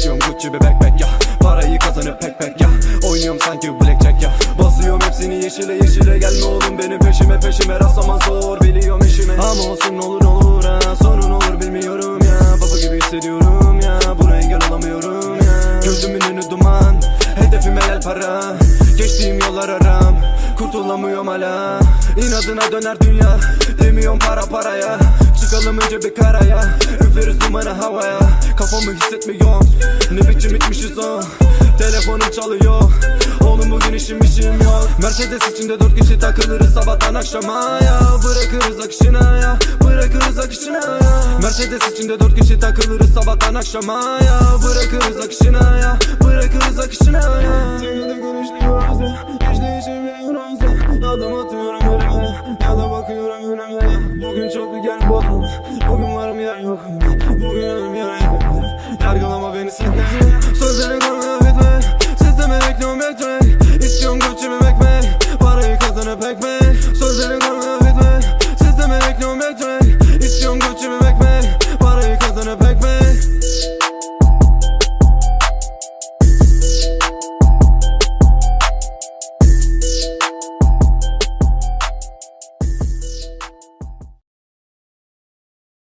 Taşıyorum Gucci bir backpack ya. Parayı kazanıp pek pek ya. Oynuyorum sanki blackjack ya. Basıyorum hepsini yeşile yeşile. Gelme oğlum benim peşime peşime. Rastlaman zor biliyorum işime. Ama olsun olur olur ha. Sorun olur bilmiyorum ya. Baba gibi hissediyorum ya. Buna engel olamıyorum ya. Gözümün önü duman. Hedefim helal para. Geçtiğim yollar aram. Kurtulamıyorum hala. İnadına döner dünya. Demiyorum para paraya. Çıkalım önce bir karaya. Üfleriz dumanı havaya. Kafamı hissetmiyorum. Ne biçim itmişiz o. Telefonum çalıyor. Oğlum bugün işim yok. Mercedes içinde 4 kişi takılırız sabahtan akşama ya. Bırakırız akışına ya. Bırakırız akışına ya. Mercedes içinde 4 kişi takılırız sabahtan akşama ya. Bırakırız akışına ya. Bırakırız akışına ya. Dünyada konuşuyoruz ya. Hiç değişemiyoruz ya. Adım atıyorum önüme. Ya da bakıyorum önüme. Bugün çok bir gel bozma. Bugün varım yarın yokum. Bugün ölüm yarın yokum. Yargılama beni sen.